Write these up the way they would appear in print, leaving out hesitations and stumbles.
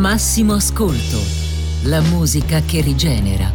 Massimo Ascolto, la musica che rigenera.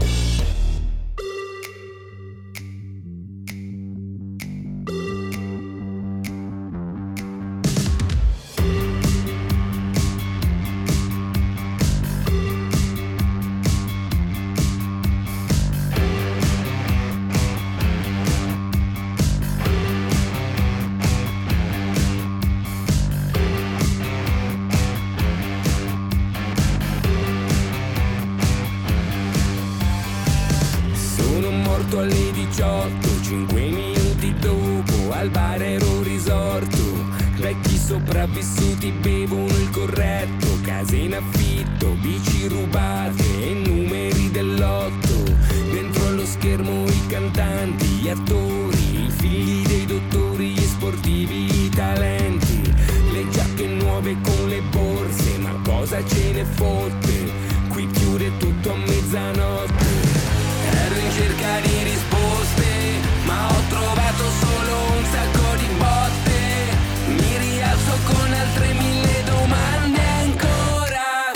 Alle 18, 5 minuti dopo, al bar ero risorto. Vecchi sopravvissuti bevono il corretto, case in affitto, bici rubate e numeri dell'otto. Dentro allo schermo i cantanti, gli attori, i figli dei dottori, gli sportivi, i talenti. Le giacche nuove con le borse, ma cosa ce ne fotte? Qui chiude tutto a mezzanotte. Ero in cerca di risposte, ma ho trovato solo un sacco di botte. Mi rialzo con altre 1000 domande ancora.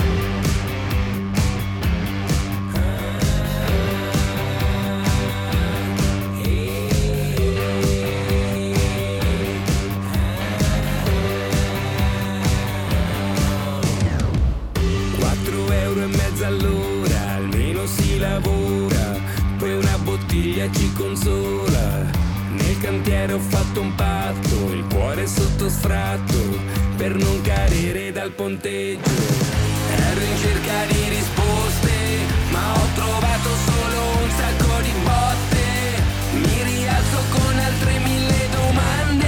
€4,50 all'ora, almeno si lavora. Poi una bottiglia ci consola. Nel cantiere ho fatto un patto, il cuore sotto sfratto, per non cadere dal ponteggio. Ero in cerca di risposte, ma ho trovato solo un sacco di botte. Mi rialzo con altre 1000 domande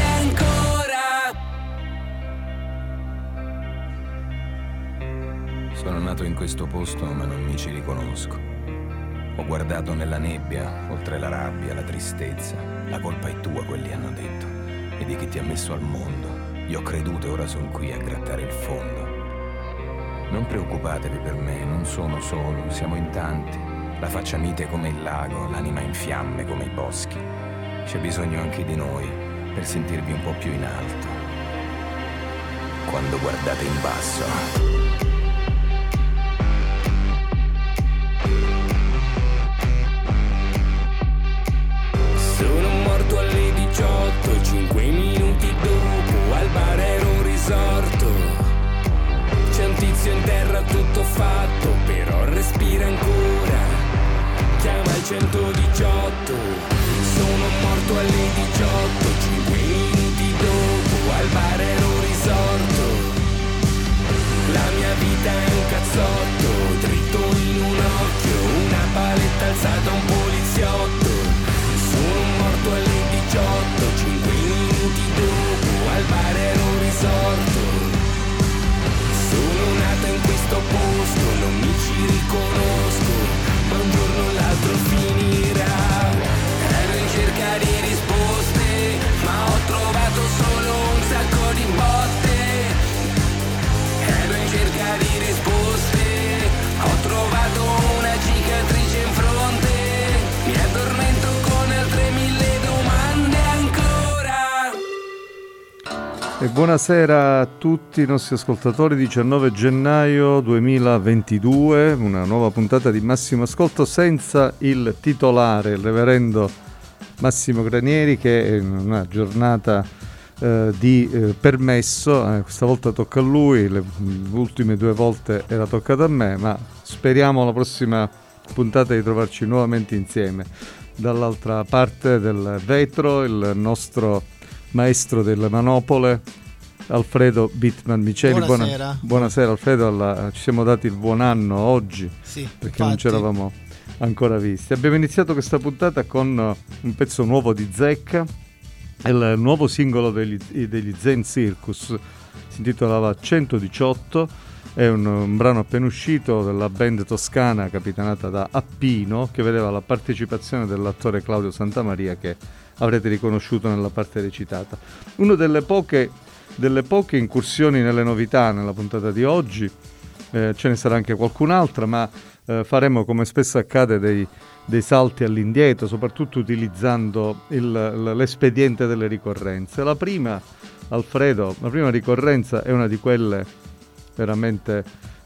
ancora. Sono nato in questo posto, ma non mi ci riconosco. Ho guardato nella nebbia, oltre la rabbia, la tristezza. La colpa è tua, quelli hanno detto, e di chi ti ha messo al mondo. Io ho creduto e ora sono qui a grattare il fondo. Non preoccupatevi per me, non sono solo, siamo in tanti. La faccia mite come il lago, l'anima in fiamme come i boschi. C'è bisogno anche di noi per sentirvi un po' più in alto. Quando guardate in basso. Alle 18, 5 minuti dopo, al bar ero risorto. C'è un tizio in terra tutto fatto, però respira ancora. Chiama il 118. Sono morto alle 18, 5 minuti dopo, al bar ero risorto. La mia vita è un cazzotto, dritto in un occhio, una paletta alzata a un poliziotto. Sono morto alle 18, 5 minuti dopo, al bar ero risorto. Sono nato in questo posto, non mi ci riconosco, ma un giorno o l'altro finirà. Ero in cerca di risposte, ma ho trovato solo un sacco di botte. Ero in cerca di risposte, ho trovato una cicatrice in fronte. Mi addormento con altre 1000 domande ancora. E buonasera a tutti i nostri ascoltatori. 19 gennaio 2022, una nuova puntata di Massimo Ascolto senza il titolare, il reverendo Massimo Granieri, che è una giornata di permesso. Questa volta tocca a lui, le ultime 2 volte era toccato a me, ma speriamo la prossima puntata di trovarci nuovamente insieme. Dall'altra parte del vetro il nostro maestro delle manopole, Alfredo Bittman Miceli. Buonasera Alfredo, ci siamo dati il buon anno oggi, sì, perché infatti non ci eravamo ancora visti. Abbiamo iniziato questa puntata con un pezzo nuovo di Zecca, il nuovo singolo degli Zen Circus, si intitolava 118. È un brano appena uscito della band toscana capitanata da Appino, che vedeva la partecipazione dell'attore Claudio Santamaria, che avrete riconosciuto nella parte recitata. Una delle poche incursioni nelle novità nella puntata di oggi, ce ne sarà anche qualcun'altra, ma faremo, come spesso accade, dei salti all'indietro, soprattutto utilizzando l'espediente delle ricorrenze. La prima, Alfredo, la prima ricorrenza è una di quelle veramente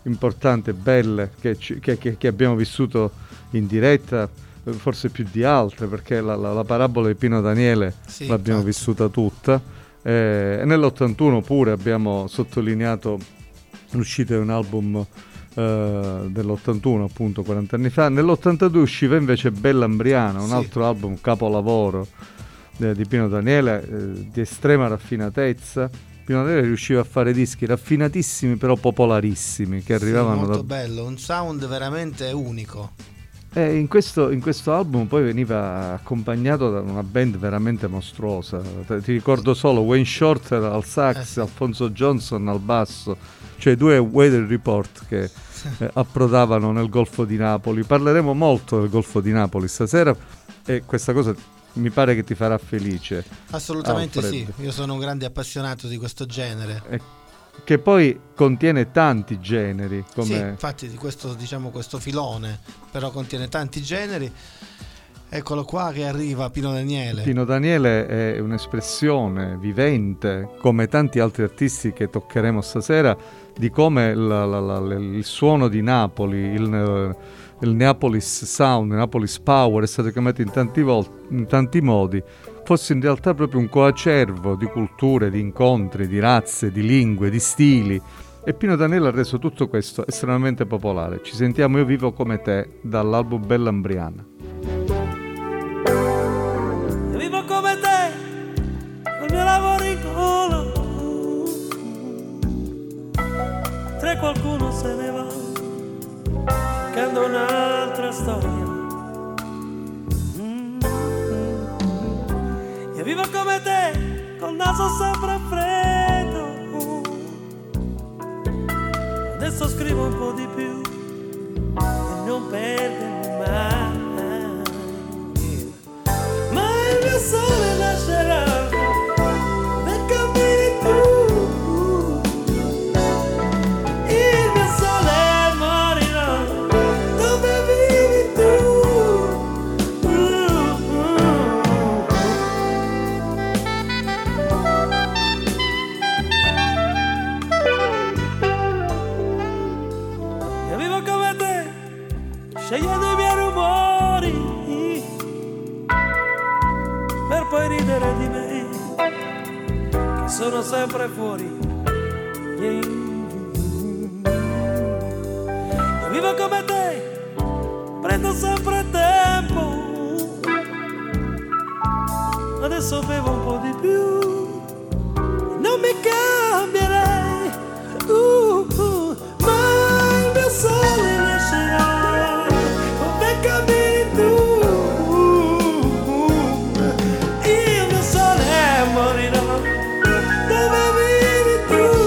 importanti, belle, che abbiamo vissuto in diretta, forse più di altre, perché la parabola di Pino Daniele l'abbiamo vissuta tutta. E nell'81 pure abbiamo sottolineato l'uscita di un album dell'81, appunto 40 anni fa. Nell'82 usciva invece Bella Ambriana, un altro album capolavoro di Pino Daniele, di estrema raffinatezza. Pino Daniele riusciva a fare dischi raffinatissimi però popolarissimi, che arrivavano molto bello, un sound veramente unico. In questo album poi veniva accompagnato da una band veramente mostruosa. Ti ricordo solo Wayne Shorter al sax, Alfonso Johnson al basso, cioè 2 Weather Report che approdavano nel Golfo di Napoli. Parleremo molto del Golfo di Napoli stasera e questa cosa mi pare che ti farà felice. Assolutamente, Alfred. sì, io sono un grande appassionato di questo genere. Che poi contiene tanti generi, come... Sì, infatti di questo, diciamo, questo filone, però contiene tanti generi. Eccolo qua che arriva Pino Daniele. Pino Daniele è un'espressione vivente, come tanti altri artisti che toccheremo stasera, di come il suono di Napoli, il Neapolis Sound, il Neapolis Power, è stato chiamato in tanti modi, fosse in realtà proprio un coacervo di culture, di incontri, di razze, di lingue, di stili. E Pino Daniele ha reso tutto questo estremamente popolare. Ci sentiamo Io vivo come te dall'album Bella Ambriana. Io vivo come te, col mio lavoro in culo, tre qualcuno se ne va, cercando un'altra storia. Io vivo come te, col naso sempre freddo, adesso scrivo un po' di più e non perdermi mai. Ma il mio sole nascerà nel cammini tu, il mio sole morirà dove vivi tu. Io vivo come te, scegliendo i miei rumori, per poi ridere di me, che sono sempre fuori. Io vivo come te, prendo sempre tempo, adesso bevo un po' di più, non mi cambierei, ma il mio sole nascerà come cammini tu, il mio sole morirà dove vivi tu.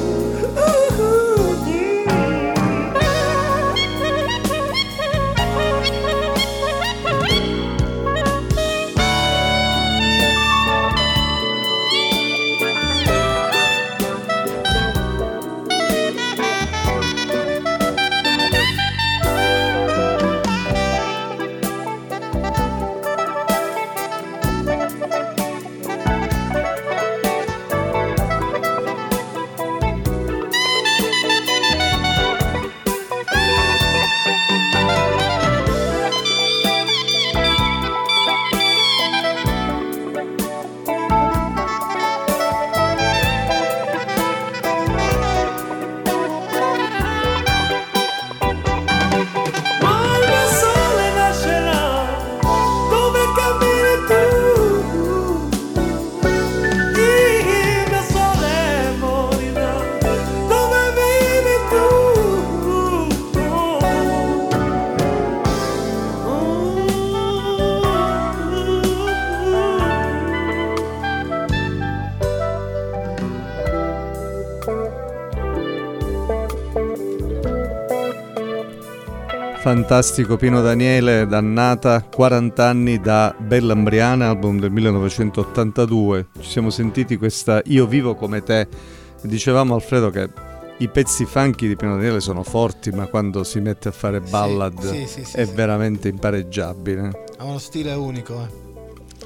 Fantastico Pino Daniele, dannata, 40 anni da Bella Ambriana, album del 1982. Ci siamo sentiti questa Io vivo come te. Dicevamo Alfredo che i pezzi funky di Pino Daniele sono forti, ma quando si mette a fare ballad sì, è veramente impareggiabile. Ha uno stile unico.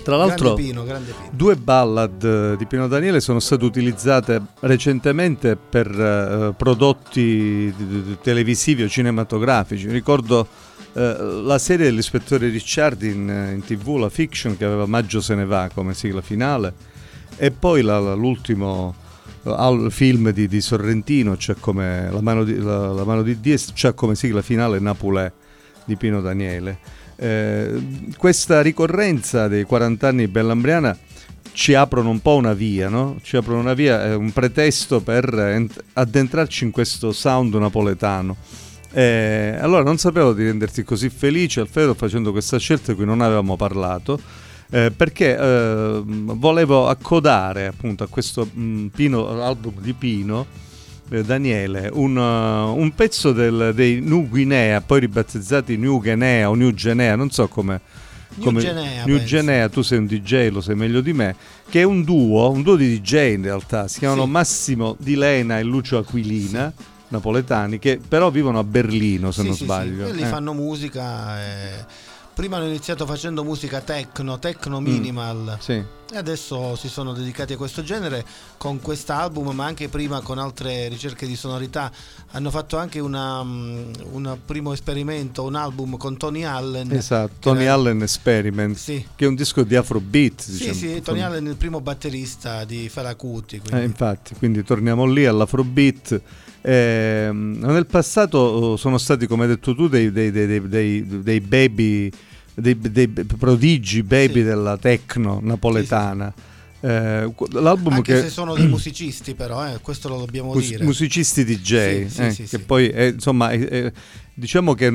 Tra l'altro, grande Pino. 2 ballad di Pino Daniele sono state utilizzate recentemente per prodotti televisivi o cinematografici. Ricordo la serie dell'ispettore Ricciardi in TV, la Fiction, che aveva Maggio se ne va come sigla finale, e poi l'ultimo film di Sorrentino, cioè come la mano di Dio, c'è come sigla finale Napulè di Pino Daniele. Questa ricorrenza dei 40 anni di Bellambriana ci aprono un po' una via, no? Ci aprono una via, è un pretesto per addentrarci in questo sound napoletano. Allora non sapevo di renderti così felice, Alfredo, facendo questa scelta di cui non avevamo parlato, perché volevo accodare appunto a questo album di Pino Daniele un pezzo dei New Guinea, poi ribattezzati New Guinea o New Genea, non so come New Genea, tu sei un DJ, lo sai meglio di me, che è un duo di DJ in realtà, si chiamano Massimo Di Lena e Lucio Aquilina, napoletani, che però vivono a Berlino, se non sbaglio. Quelli fanno musica. Prima hanno iniziato facendo musica techno minimal, e adesso si sono dedicati a questo genere con quest'album, ma anche prima con altre ricerche di sonorità. Hanno fatto anche un primo esperimento, un album con Tony Allen. Esatto, Tony Allen Experiment, che è un disco di Afrobeat. Sì, Tony Allen è il primo batterista di Fela Kuti. Infatti, quindi torniamo lì all'Afrobeat. Nel passato sono stati, come hai detto tu, dei baby, dei prodigi baby della techno napoletana. L'album anche se sono dei musicisti, però questo lo dobbiamo dire, musicisti DJ, che poi insomma diciamo che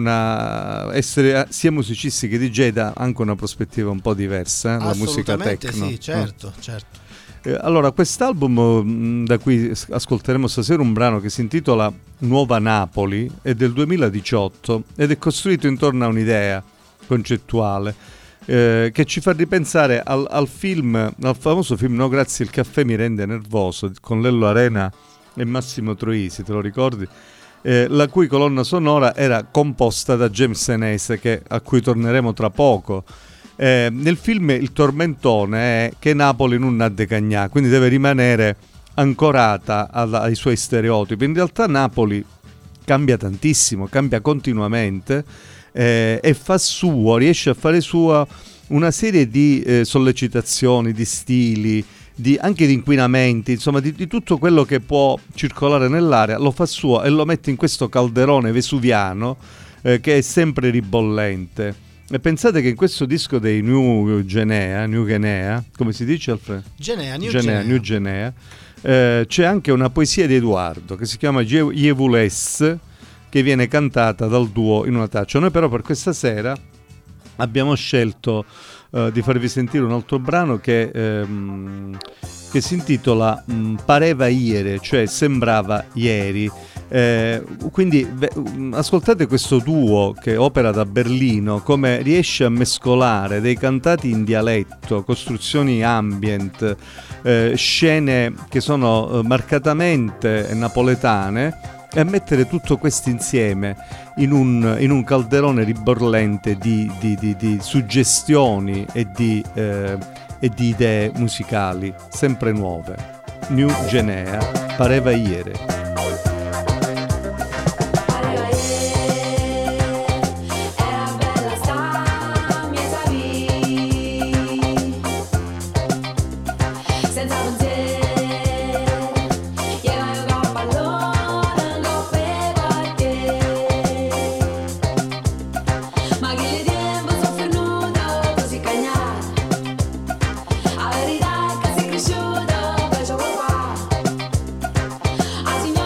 essere sia musicisti che DJ dà anche una prospettiva un po' diversa, la musica techno. Sì, certo. Allora, quest'album da cui ascolteremo stasera un brano che si intitola Nuova Napoli è del 2018 ed è costruito intorno a un'idea concettuale che ci fa ripensare al famoso film No grazie, il caffè mi rende nervoso, con Lello Arena e Massimo Troisi, te lo ricordi? La cui colonna sonora era composta da James Senese, a cui torneremo tra poco. Nel film il tormentone è che Napoli non ha de cagnà, quindi deve rimanere ancorata ai suoi stereotipi. In realtà Napoli cambia tantissimo, cambia continuamente, e riesce a fare sua una serie di sollecitazioni, di stili, anche di inquinamenti, insomma di tutto quello che può circolare nell'area, lo fa suo e lo mette in questo calderone vesuviano che è sempre ribollente. E pensate che in questo disco dei New Guinea, come si dice, Alfredo? New Guinea, c'è anche una poesia di Edoardo che si chiama Jevules, che viene cantata dal duo in una traccia. Noi però per questa sera abbiamo scelto di farvi sentire un altro brano che si intitola Pareva ieri, cioè sembrava ieri. Quindi ascoltate questo duo che opera da Berlino, come riesce a mescolare dei cantati in dialetto, costruzioni ambient, scene che sono marcatamente napoletane, e a mettere tutto questo insieme in un calderone ribollente di suggestioni e di idee musicali sempre nuove. New Guinea, Pareva ieri. A verità è che sei cresciuto, faccio qua.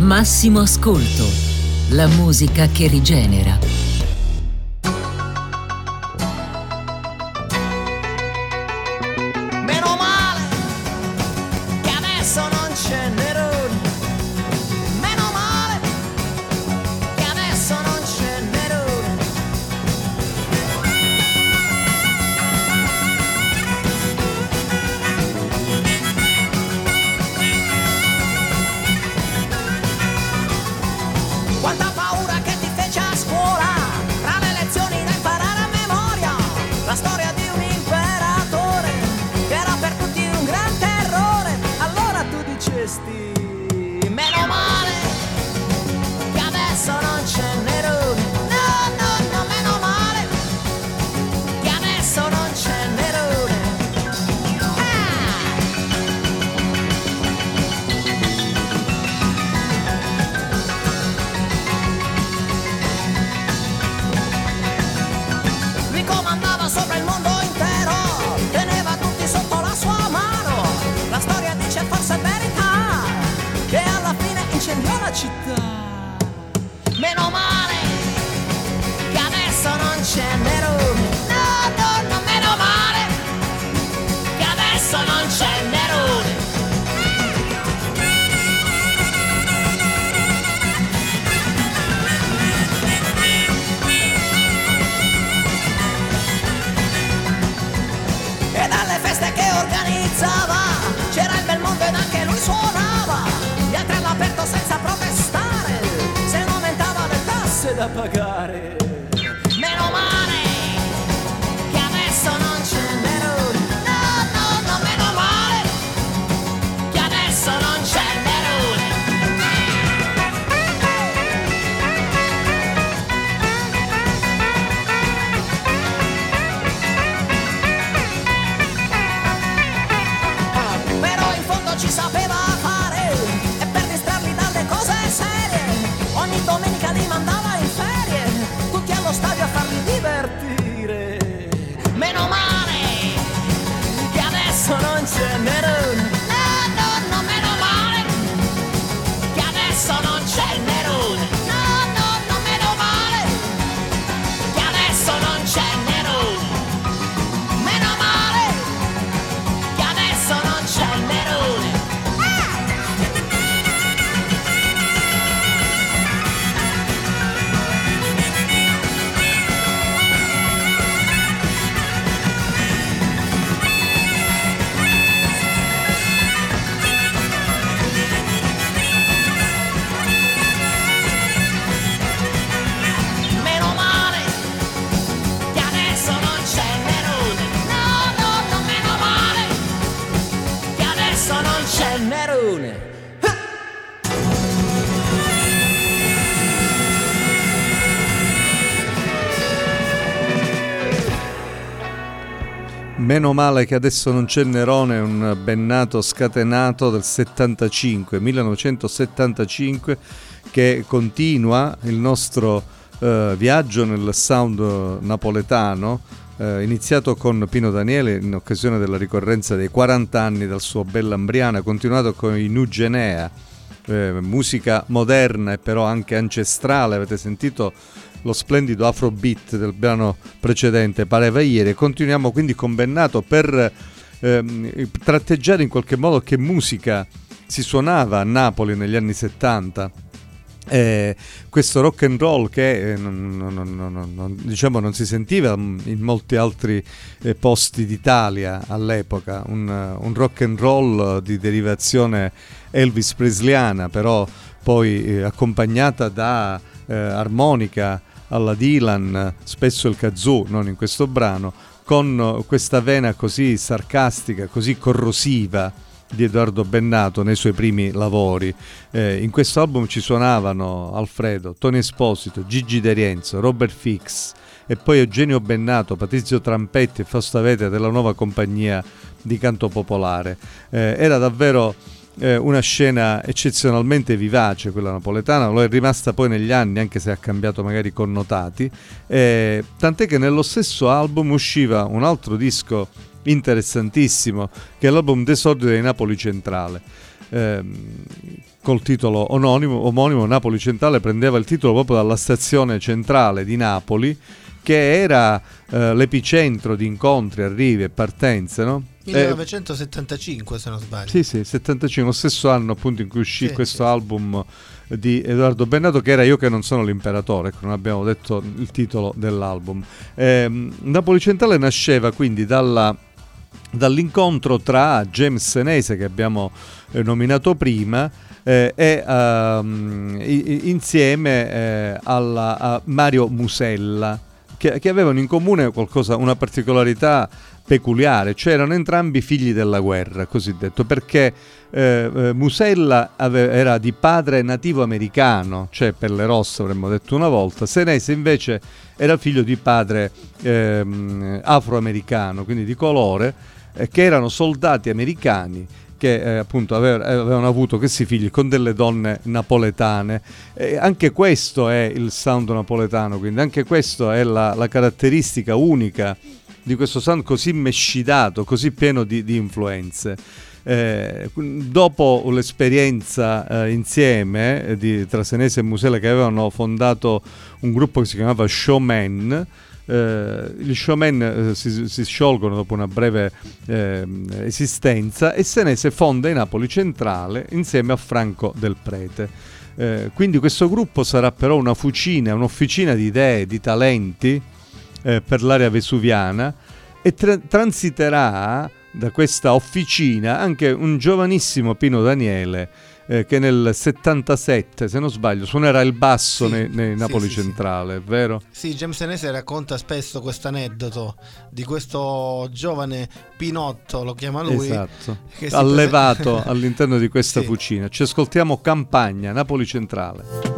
Massimo ascolto, la musica che rigenera. Meno male che adesso non c'è Nerone. Meno male che adesso non c'è Nerone. Quanta paura che ti fece a scuola, tra le lezioni da imparare a memoria, la storia di un imperatore che era per tutti un gran terrore. Allora tu dicesti, meno male che adesso non c'è Nerone. No, no, no, meno male che adesso non c'è Nerone. Lui comandava sopra il mondo intero, teneva tutti sotto la sua mano. La storia dice forse è verità, che alla fine incendiò la città. Meno male che adesso non c'è Nerone. No, no, no, meno male che adesso non c'è Nerone. E dalle feste che organizzava c'era il bel mondo ed anche lui suonava. Gli altri all'aperto senza protestare, se non aumentava le tasse da pagare. Meno male che adesso non c'è Nerone. No, no, no, meno male che adesso non c'è Nerone. Però in fondo ci sapeva fare, e per distrarli dalle cose serie ogni domenica li mandava in ferie, tutti allo stadio a farli divertire. Meno male che adesso non c'è Nerone. No, no, no, meno male che adesso non c'è Nerone. No, no, no, meno male che adesso non c'è Nerone. Meno male che adesso non c'è Nerone. Meno male che adesso non c'è Nerone. No, no, no, meno male che adesso non c'è Nerone. Meno male che adesso non c'è Nerone, un bennato scatenato del 1975, che continua il nostro viaggio nel sound napoletano, iniziato con Pino Daniele in occasione della ricorrenza dei 40 anni dal suo Bellambriana, continuato con i Nugenea, musica moderna e però anche ancestrale. Avete sentito lo splendido Afrobeat del brano precedente, Pareva ieri. Continuiamo quindi con Bennato per tratteggiare in qualche modo che musica si suonava a Napoli negli anni 70. Questo rock and roll che diciamo non si sentiva in molti altri posti d'Italia all'epoca, un rock and roll di derivazione Elvis Presleyana, però poi accompagnata da armonica alla Dylan, spesso il kazoo, non in questo brano, con questa vena così sarcastica, così corrosiva di Edoardo Bennato nei suoi primi lavori. In questo album ci suonavano Alfredo, Tony Esposito, Gigi De Rienzo, Robert Fix e poi Eugenio Bennato, Patrizio Trampetti e Fausto Avete della nuova compagnia di canto popolare. Era davvero una scena eccezionalmente vivace quella napoletana, lo è rimasta poi negli anni, anche se ha cambiato magari connotati, tant'è che nello stesso album usciva un altro disco interessantissimo, che è l'album d'esordio dei Napoli Centrale, col titolo omonimo. Napoli Centrale prendeva il titolo proprio dalla stazione centrale di Napoli, che era l'epicentro di incontri, arrivi e partenze, no? 1975 se non sbaglio. Sì, 75, lo stesso anno appunto in cui uscì questo album di Edoardo Bennato, che era Io che non sono l'imperatore, ecco, non abbiamo detto il titolo dell'album. Napoli Centrale nasceva quindi dall'incontro tra James Senese, che abbiamo nominato prima, insieme a Mario Musella, che avevano in comune una particolarità peculiare, cioè erano entrambi figli della guerra, cosiddetto, perché Musella era di padre nativo americano, cioè pelle rossa avremmo detto una volta. Senese invece era figlio di padre afroamericano, quindi di colore, che erano soldati americani che appunto avevano avuto questi figli con delle donne napoletane. Anche questo è il sound napoletano, quindi anche questo è la caratteristica unica di questo sound così mescidato, così pieno di influenze. Dopo l'esperienza insieme tra Senese e Musella, che avevano fondato un gruppo che si chiamava Showman, gli Showman si sciolgono dopo una breve esistenza, e Senese fonda i Napoli Centrale insieme a Franco Del Prete. Quindi questo gruppo sarà però un'officina di idee, di talenti per l'area vesuviana, e transiterà da questa officina anche un giovanissimo Pino Daniele, che nel 77, se non sbaglio, suonerà il basso nei Napoli Centrale, vero? Sì, James Senese racconta spesso questo aneddoto di questo giovane Pinotto, lo chiama lui, esatto, allevato all'interno di questa sì. fucina. Ci ascoltiamo Campagna, Napoli Centrale.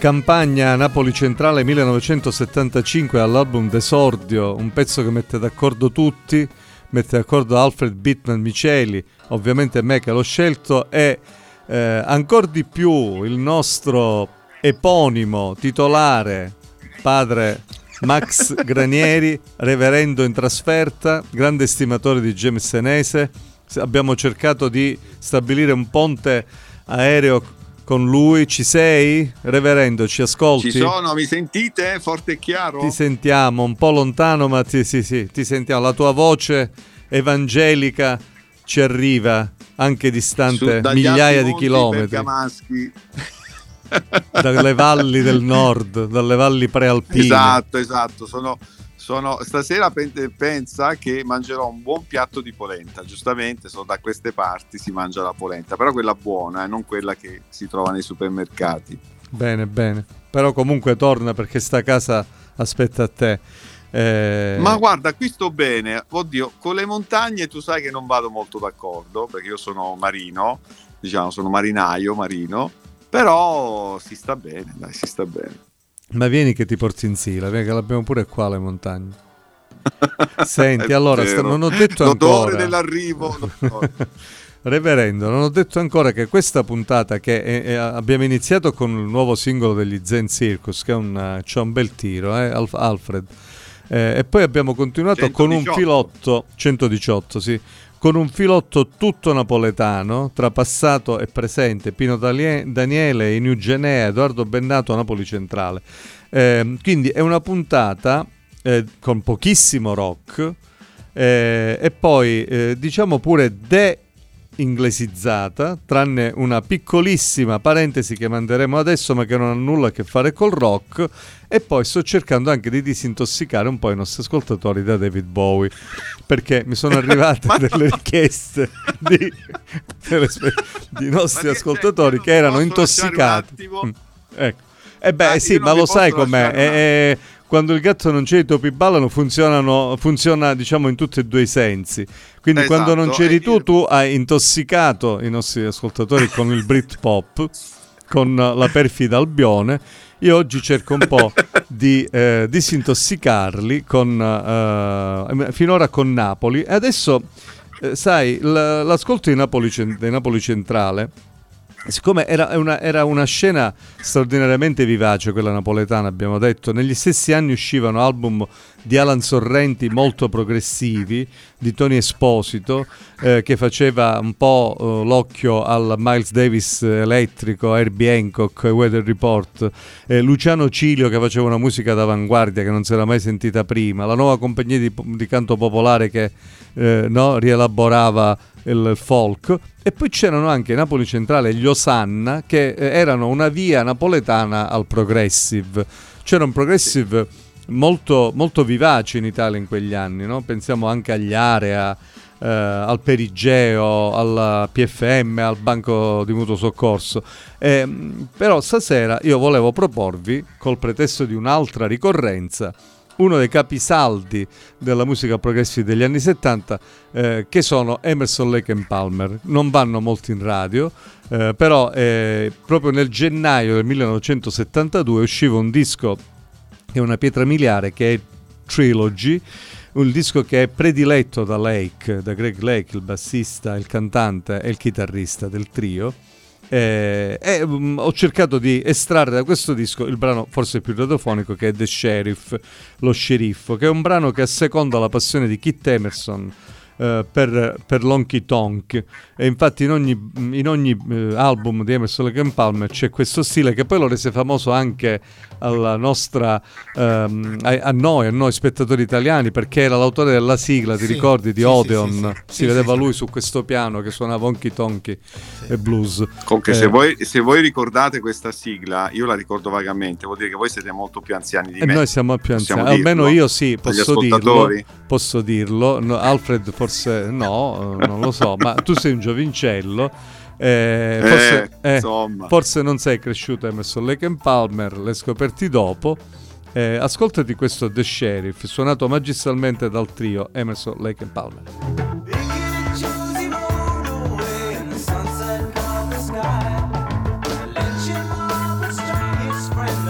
Campagna Napoli Centrale 1975 all'album D'Esordio, un pezzo che mette d'accordo tutti, mette d'accordo Alfred Bittman Miceli, ovviamente me che l'ho scelto, e ancor di più il nostro eponimo titolare, padre Max Granieri, reverendo in trasferta, grande estimatore di James Senese. Abbiamo cercato di stabilire un ponte aereo con lui. Ci sei? Reverendo, ci ascolti? Ci sono, mi sentite? Forte e chiaro? Ti sentiamo, un po' lontano, ma ti sentiamo. La tua voce evangelica ci arriva anche distante migliaia di chilometri. Dalle valli del nord, dalle valli prealpine. Esatto. Sono stasera pensa che mangerò un buon piatto di polenta. Giustamente, sono da queste parti, si mangia la polenta, però quella buona, non quella che si trova nei supermercati. Bene. Però comunque torna, perché sta casa aspetta a te. Ma guarda, qui sto bene. Oddio, con le montagne tu sai che non vado molto d'accordo, perché io sono marino, sono marino. Però si sta bene, dai, si sta bene. Ma vieni che ti porti in Sila, vieni che l'abbiamo pure qua le montagne. Senti, allora, non ho detto l'odore ancora dell'arrivo. Reverendo, non ho detto ancora che questa puntata che abbiamo iniziato con il nuovo singolo degli Zen Circus, che c'ha un bel tiro, Alfred. E poi abbiamo continuato 118. Con un filotto 118, sì. Con un filotto tutto napoletano, tra passato e presente, Pino Daniele, Inu Genea, Edoardo Bennato, Napoli Centrale. Quindi è una puntata con pochissimo rock e poi diciamo pure de-inglesizzata, tranne una piccolissima parentesi che manderemo adesso, ma che non ha nulla a che fare col rock. E poi sto cercando anche di disintossicare un po' i nostri ascoltatori da David Bowie, perché mi sono arrivate delle richieste di nostri ascoltatori che erano intossicati. Ecco. Sì, ma lo sai com'è? Quando il gatto non c'è, i topi ballano, funziona diciamo in tutti e due i sensi. Quindi quando non c'eri tu hai intossicato i nostri ascoltatori con il Britpop, con la perfida Albione. Io oggi cerco un po' di disintossicarli finora con Napoli. E adesso, sai, l'ascolto di Napoli Centrale, siccome era una scena straordinariamente vivace, quella napoletana, abbiamo detto, negli stessi anni uscivano album di Alan Sorrenti molto progressivi, di Tony Esposito, che faceva un po' l'occhio al Miles Davis elettrico, Herbie Hancock, Weather Report, Luciano Cilio che faceva una musica d'avanguardia che non si era mai sentita prima, la nuova compagnia di canto popolare che rielaborava il folk, e poi c'erano anche Napoli Centrale e gli Osanna, che erano una via napoletana al progressive. C'era un progressive molto, molto vivace in Italia in quegli anni, no? Pensiamo anche agli Area, al Perigeo, al PFM, al Banco di Mutuo Soccorso. Però stasera io volevo proporvi, col pretesto di un'altra ricorrenza, uno dei capisaldi della musica progressive degli anni 70, che sono Emerson, Lake and Palmer. Non vanno molto in radio, però proprio nel gennaio del 1972 usciva un disco che è una pietra miliare, che è Trilogy, un disco che è prediletto da Greg Lake, il bassista, il cantante e il chitarrista del trio. Ho cercato di estrarre da questo disco il brano forse più radiofonico, che è The Sheriff, lo sceriffo, che è un brano che asseconda la passione di Keith Emerson per l'honky tonk, e infatti in ogni album di Emerson, Lake and Palmer c'è questo stile, che poi lo rese famoso anche alla nostra a noi spettatori italiani, perché era l'autore della sigla, ti ricordi, di Odeon? Si vedeva lui su questo piano che suonava honky tonk e blues. Comunque se voi ricordate questa sigla, io la ricordo vagamente, vuol dire che voi siete molto più anziani di me. Noi siamo più anziani, almeno io sì, posso dirlo. No, Alfred forse no, non lo so, ma tu sei un giovincello. Forse non sei cresciuto Emerson, Lake and Palmer, l'hai scoperti dopo. Ascoltati questo The Sheriff, suonato magistralmente dal trio Emerson, Lake and Palmer. Friend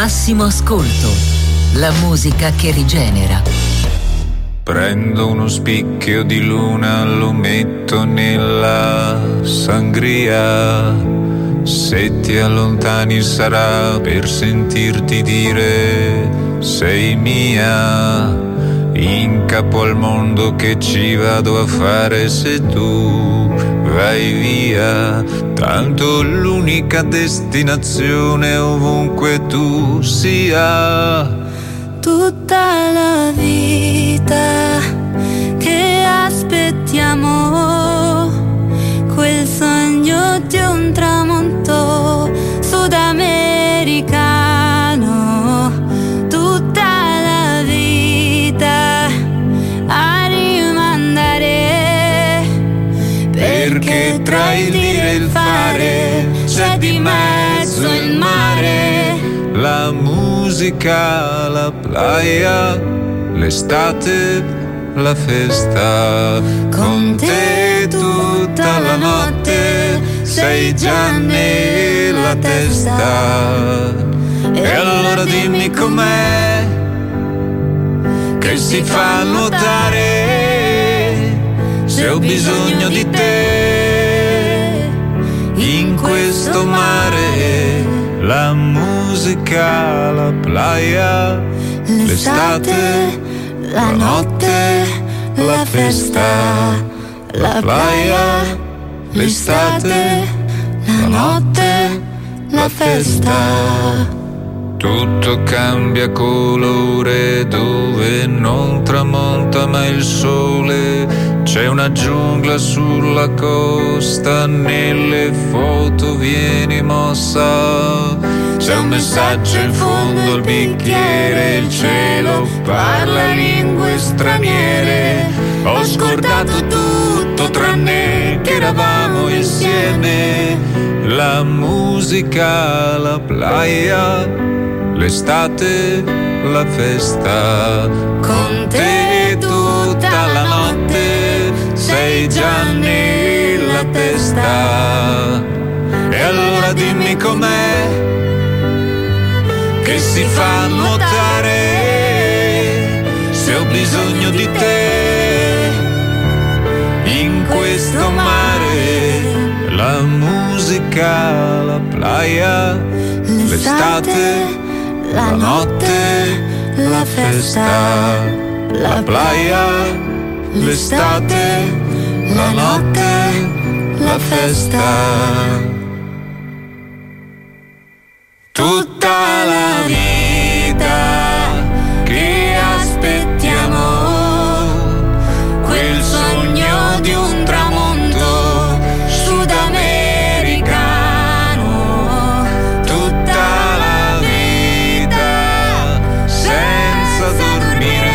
Massimo Ascolto, la musica che rigenera. Prendo uno spicchio di luna, lo metto nella sangria. Se ti allontani sarà per sentirti dire sei mia. In capo al mondo che ci vado a fare se tu vai via. Tanto l'unica destinazione ovunque tu sia. Tutta la vita che aspettiamo, quel sogno di un tramonto sudamericano. Tutta la vita a rimandare, perché tra il dire e il fare c'è di mezzo il mare. La musica, la playa, l'estate, la festa. Con te tutta la notte sei già nella testa. E allora dimmi com'è che si fa nuotare, se ho bisogno di te in questo mare. La musica, la playa, l'estate, la notte, la festa. La playa, l'estate, la notte, la festa. Tutto cambia colore dove non tramonta mai il sole. C'è una giungla sulla costa, nelle foto vieni mossa. C'è un messaggio in fondo al bicchiere, il cielo parla lingue straniere. Ho scordato tutto tranne che eravamo insieme. La musica, la playa, l'estate, la festa. Con te tutta la notte sei già nella testa. E allora dimmi com'è che si fa nuotare, se ho bisogno di te in questo mare. La musica, la playa, l'estate, la notte, la festa. La playa, l'estate, la notte, la festa. Tutta la vita che aspettiamo, quel sogno di un tramonto sudamericano. Tutta la vita senza dormire,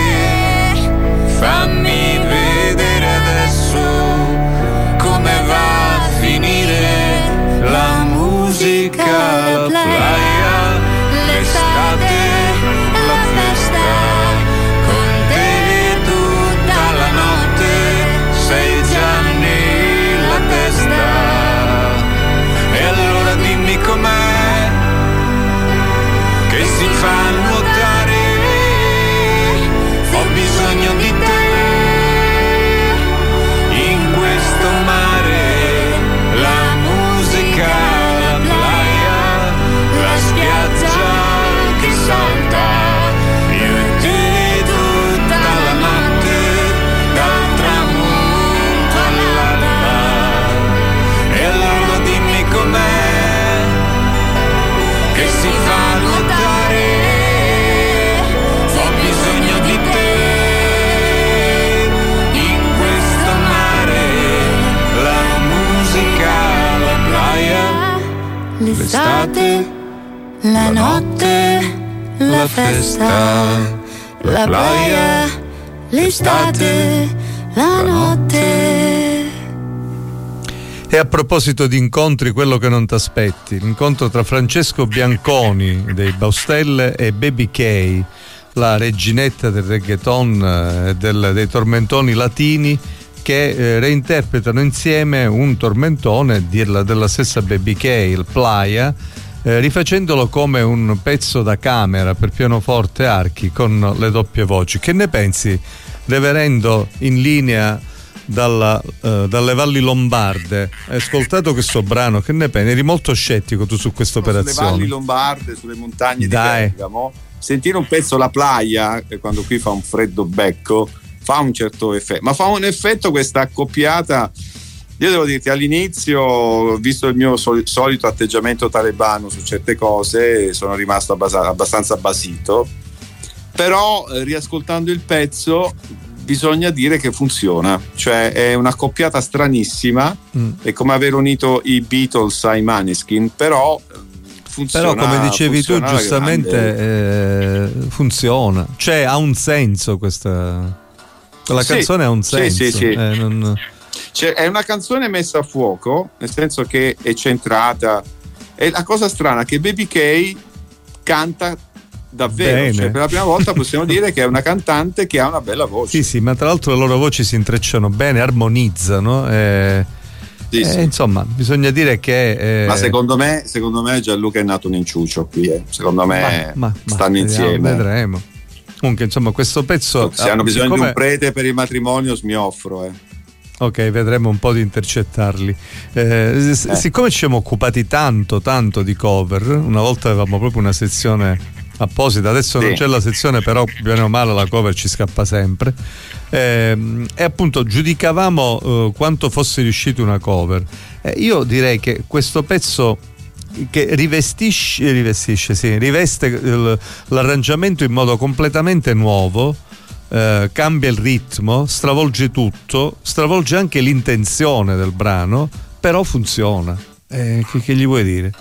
fammi vedere adesso come va a finire. La musica, la playa, l'estate, la festa. Con te tutta la notte sei già nella testa. E allora dimmi com'è che si fa nuotare, ho bisogno di te in questo mare. La musica, la playa, la spiaggia che salta, io e te tutta la notte, dal tramonto all'alba. E allora dimmi com'è che si fa nuotare, ho bisogno di te in questo mare. La musica, la playa, l'estate, la notte, la festa. La playa, l'estate, la notte. E a proposito di incontri, quello che non t'aspetti, l'incontro tra Francesco Bianconi dei Baustelle e Baby K, la reginetta del reggaeton, dei tormentoni latini, che reinterpretano insieme un tormentone della stessa Baby K, il Playa, rifacendolo come un pezzo da camera per pianoforte e archi con le doppie voci. Che ne pensi, reverendo, in linea dalle valli lombarde? Hai ascoltato questo brano, che ne pensi? Eri molto scettico tu su questa operazione. Sulle valli lombarde, sulle montagne di Bergamo, sentire un pezzo La Playa, quando qui fa un freddo becco, fa un certo effetto, ma fa un effetto questa accoppiata. Io devo dirti, all'inizio, visto il mio solito atteggiamento talebano su certe cose, sono rimasto abbastanza basito, però riascoltando il pezzo bisogna dire che funziona, cioè è una coppiata stranissima, è come aver unito i Beatles ai Maneskin, però funziona. Però come dicevi tu giustamente, funziona, cioè ha un senso questa canzone, ha un senso. Sì. Cioè, è una canzone messa a fuoco, nel senso che è centrata. E la cosa strana è che Baby K canta davvero, cioè, per la prima volta possiamo dire che è una cantante che ha una bella voce. Sì, ma tra l'altro le loro voci si intrecciano bene, armonizzano. Sì. Insomma, bisogna dire che. Ma secondo me Gianluca è nato un inciuccio qui. Secondo me stanno insieme. Vedremo. Comunque, insomma, questo pezzo. Se hanno bisogno di un prete per il matrimonio, mi offro. Ok, vedremo un po' di intercettarli. Siccome ci siamo occupati tanto di cover, una volta avevamo proprio una sezione apposita, adesso non c'è la sezione, però bene o male la cover ci scappa sempre, e appunto giudicavamo quanto fosse riuscita una cover. Io direi che questo pezzo che riveste l'arrangiamento in modo completamente nuovo, cambia il ritmo, stravolge tutto, stravolge anche l'intenzione del brano, però funziona. Che gli vuoi dire?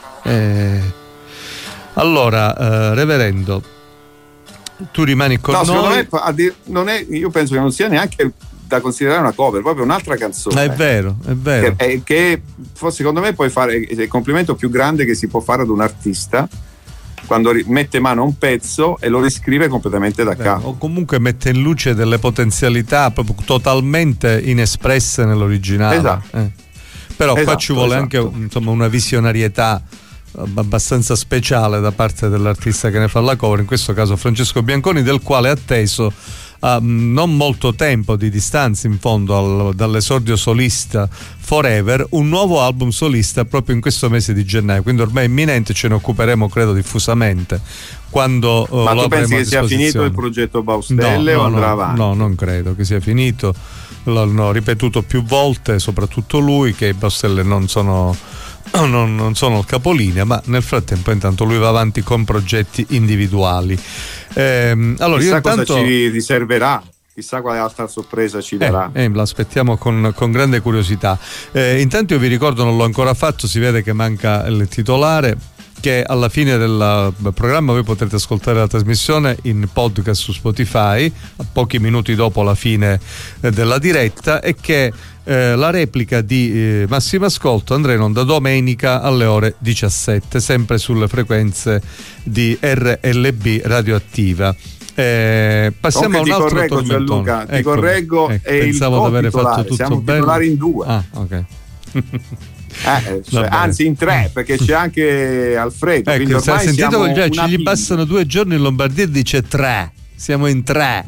Allora, reverendo, tu rimani con noi. Secondo me io penso che non sia neanche da considerare una cover, proprio un'altra canzone. È vero. Che secondo me puoi fare il complimento più grande che si può fare ad un artista, quando mette mano a un pezzo e lo riscrive completamente da capo, o comunque mette in luce delle potenzialità proprio totalmente inespresse nell'originale. Esatto. Però qua ci vuole anche una visionarietà abbastanza speciale da parte dell'artista che ne fa la cover, in questo caso Francesco Bianconi, del quale è atteso non molto tempo di distanza in fondo dall'esordio solista Forever, un nuovo album solista proprio in questo mese di gennaio, quindi ormai è imminente, ce ne occuperemo credo diffusamente quando ma tu pensi che sia finito il progetto Baustelle o andrà avanti? No, non credo che sia finito, l'hanno ripetuto più volte, soprattutto lui, che i Baustelle non sono il capolinea, ma nel frattempo intanto lui va avanti con progetti individuali. Allora, chissà io intanto cosa ci riserverà, chissà quale altra sorpresa ci darà. L'aspettiamo con grande curiosità. Intanto io vi ricordo, non l'ho ancora fatto, si vede che manca il titolare, che alla fine del programma voi potrete ascoltare la trasmissione in podcast su Spotify a pochi minuti dopo la fine della diretta, e che la replica di Massimo Ascolto andrà in onda domenica alle ore 17, sempre sulle frequenze di RLB Radioattiva. Passiamo a un altro tormentone. Gianluca, ti correggo, pensavo di aver fatto tutto siamo bene. Titolari in 2. Ok. Anzi in 3, perché c'è anche Alfredo. Ecco, hai sentito che già ci gli passano 2 giorni in Lombardia e dice 3. Siamo in 3.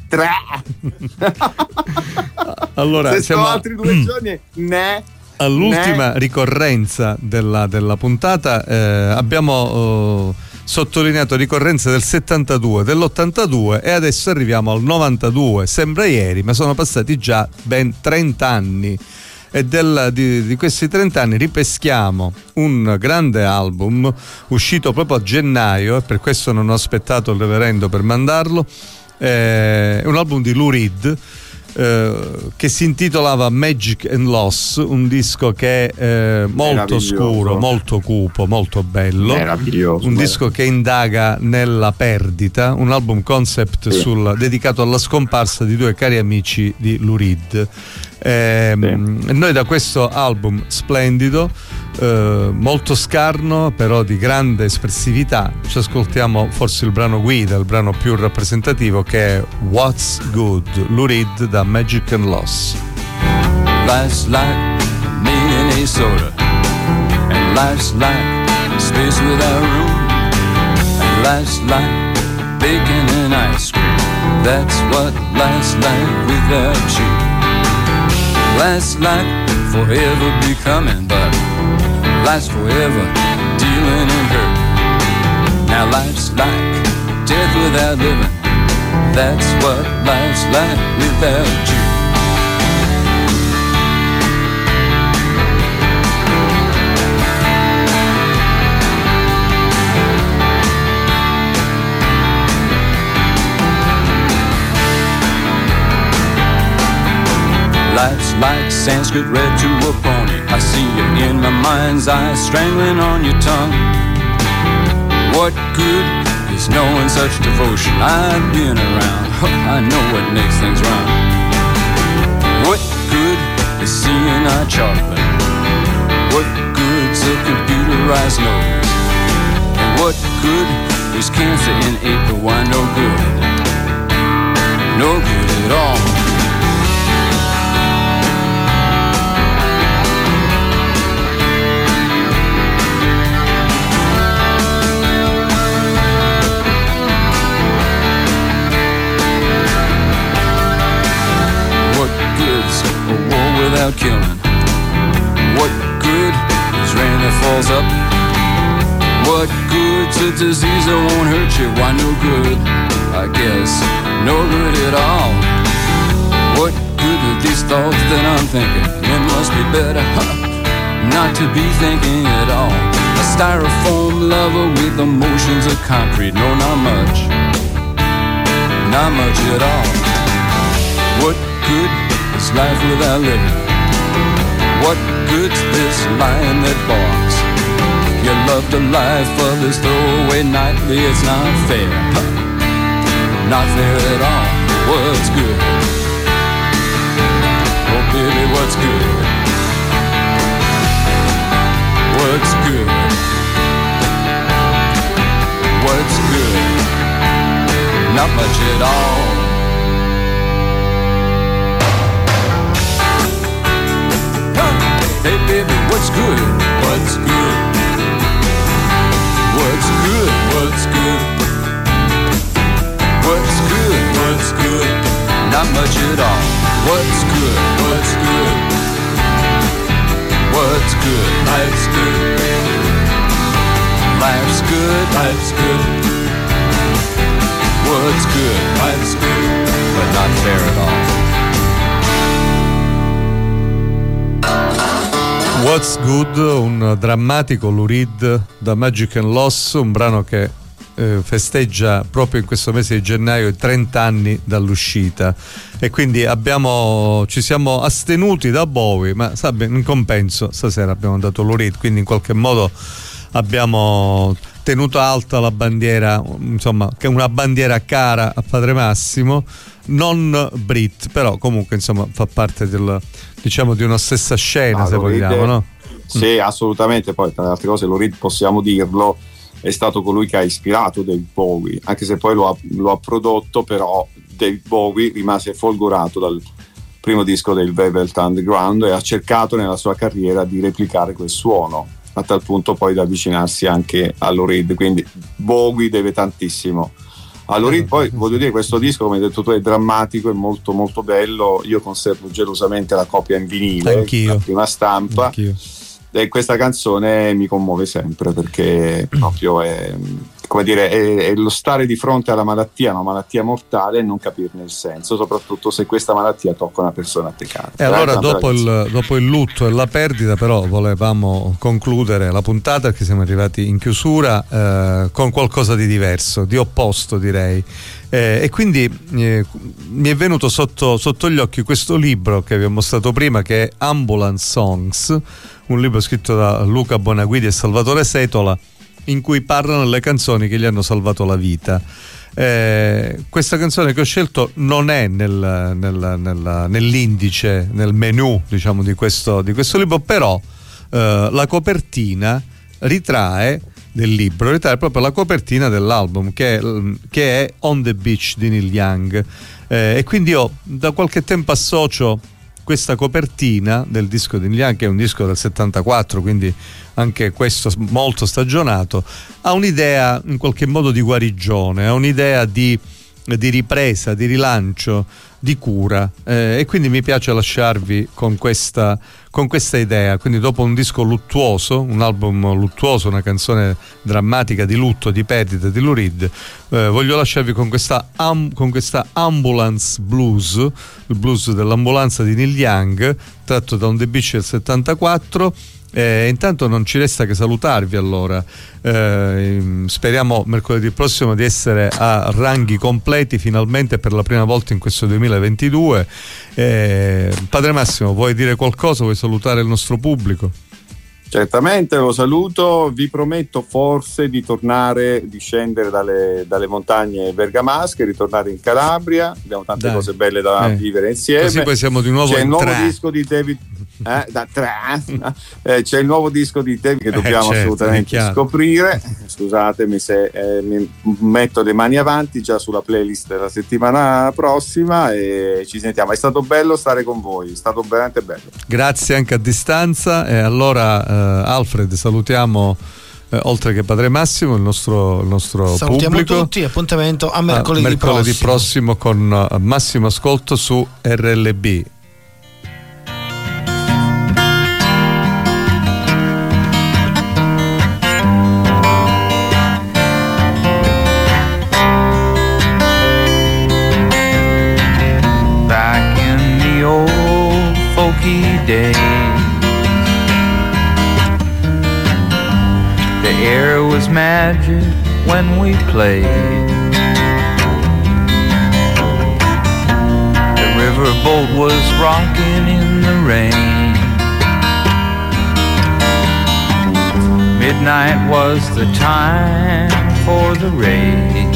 Allora, se siamo altri 2 giorni all'ultima ricorrenza della puntata. Abbiamo sottolineato ricorrenze del 72, dell'82 e adesso arriviamo al 92. Sembra ieri, ma sono passati già ben 30 anni. E di questi 30 anni ripeschiamo un grande album uscito proprio a gennaio, e per questo non ho aspettato il reverendo per mandarlo. Un album di Lou Reed, che si intitolava Magic and Loss, un disco che è molto scuro, molto cupo, molto bello, un disco che indaga nella perdita, un album concept dedicato alla scomparsa di 2 cari amici di Lou Reed. Noi da questo album splendido, molto scarno però di grande espressività, ci ascoltiamo forse il brano guida, il brano più rappresentativo, che è What's Good, Lou Reed da Magic and Loss. Life's like Minnesota, and life's like space without room. And life's like bacon and ice cream. That's what life's like without you. Life's like forever becoming, but life's forever dealing in hurt. Now life's like death without living. That's what life's like without you. Life's like Sanskrit read to a pony. I see you in my mind's eye, strangling on your tongue. What good is knowing such devotion? I've been around, I know what makes things run. What good is seeing eye chocolate? What good's a computerized nose? And what good is cancer in April? Why no good? No good at all. A war without killing. What good is rain that falls up? What good's a disease that won't hurt you? Why no good? I guess no good at all. What good are these thoughts that I'm thinking? It must be better not to be thinking at all. A styrofoam lover with emotions of concrete. No, not much. Not much at all. What good is life without living? What good's this lion that barks? You love the life of this throwaway nightly. It's not fair. Not fair at all. What's good? Oh baby, what's good? What's good? What's good? Not much at all. Hey baby, what's good? What's good? What's good? What's good? What's good? What's good? Not much at all. What's good? What's good? What's good? Life's good. Life's good. Life's good. What's good? Life's good. But not fair at all. What's Good, un drammatico Lou Reed da Magic and Loss, un brano che festeggia proprio in questo mese di gennaio i 30 anni dall'uscita, e quindi ci siamo astenuti da Bowie, ma in compenso stasera abbiamo dato Lou Reed, quindi in qualche modo abbiamo tenuto alta la bandiera, insomma, che è una bandiera cara a Padre Massimo, non Brit, però comunque insomma fa parte di una stessa scena, se vogliamo, no? Sì, assolutamente. Poi tra le altre cose Lou Reed, possiamo dirlo, è stato colui che ha ispirato David Bowie, anche se poi lo ha prodotto, però David Bowie rimase folgorato dal primo disco del Velvet Underground e ha cercato nella sua carriera di replicare quel suono, a tal punto poi da avvicinarsi anche a Lou Reed, quindi Bowie deve tantissimo a Lou Reed. Poi voglio dire, questo disco, come hai detto tu, è drammatico, è molto molto bello. Io conservo gelosamente la copia in vinile, la prima stampa. Anch'io. E questa canzone mi commuove sempre, perché proprio è, come dire, è lo stare di fronte alla malattia, una malattia mortale, e non capirne il senso, soprattutto se questa malattia tocca una persona attaccata. E allora dopo il lutto e la perdita, però volevamo concludere la puntata, perché siamo arrivati in chiusura, con qualcosa di diverso, di opposto, direi. E quindi mi è venuto sotto gli occhi questo libro che vi ho mostrato prima, che è Ambulance Songs, un libro scritto da Luca Bonaguidi e Salvatore Setola, in cui parlano le canzoni che gli hanno salvato la vita. Questa canzone che ho scelto non è nell'indice, nel menu, diciamo, di questo libro, però la copertina del libro ritrae proprio la copertina dell'album, che è On the Beach di Neil Young, e quindi io da qualche tempo associo questa copertina del disco di Neil Young, che è un disco del 74, quindi anche questo molto stagionato, ha un'idea in qualche modo di guarigione, ha un'idea di ripresa, di rilancio, di cura, e quindi mi piace lasciarvi con questa idea. Quindi dopo un disco luttuoso, un album luttuoso, una canzone drammatica di lutto, di perdita di Lou Reed, voglio lasciarvi con questa Ambulance Blues, il blues dell'ambulanza di Neil Young, tratto da un The Beach del 74. Intanto non ci resta che salutarvi, allora speriamo mercoledì prossimo di essere a ranghi completi finalmente per la prima volta in questo 2022. Padre Massimo, vuoi dire qualcosa? Vuoi salutare il nostro pubblico? Certamente, lo saluto, vi prometto forse di scendere dalle montagne bergamasche, ritornare in Calabria, abbiamo tante cose belle da vivere insieme. Così poi siamo di nuovo c'è il nuovo disco di David c'è il nuovo disco di David che dobbiamo assolutamente scoprire. Scusatemi se mi metto le mani avanti, già sulla playlist della settimana prossima, e ci sentiamo. È stato bello stare con voi, è stato veramente bello. Grazie anche a distanza. E allora Alfred, salutiamo oltre che Padre Massimo il nostro salutiamo pubblico. Tutti, appuntamento a mercoledì prossimo con massimo ascolto su RLB. Days. The air was magic when we played. The riverboat was rocking in the rain. Midnight was the time for the raid.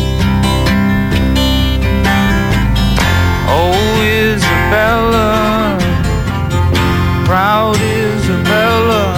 Oh, Isabella, proud Isabella,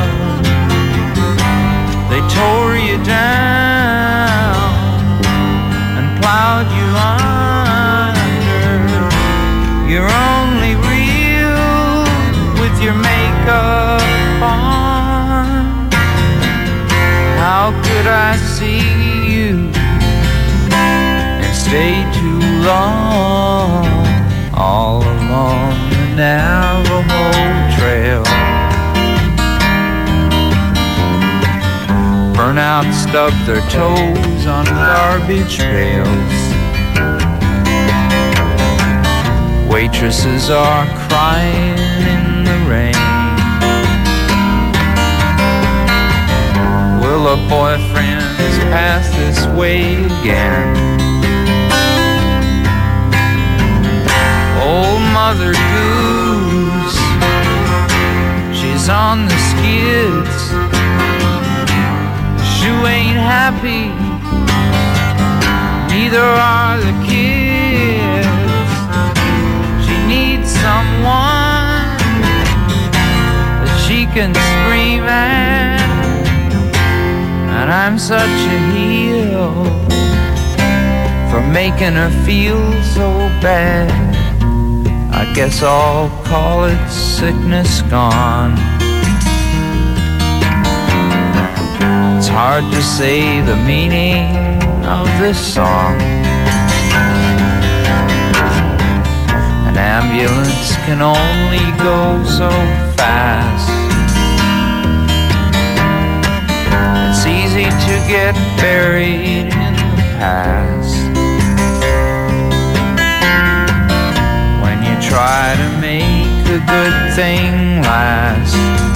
they tore you down and plowed you under. You're only real with your makeup on. How could I see you and stay too long all along the Navajo Trail? Burnout stubbed their toes on garbage pails. Waitresses are crying in the rain. Will a boyfriend's pass this way again? Old Mother Goose, she's on the skids. Shoe ain't happy, neither are the kids. She needs someone that she can scream at, and I'm such a heel for making her feel so bad. I guess I'll call it sickness gone. It's hard to say the meaning of this song. An ambulance can only go so fast. It's easy to get buried in the past when you try to make a good thing last.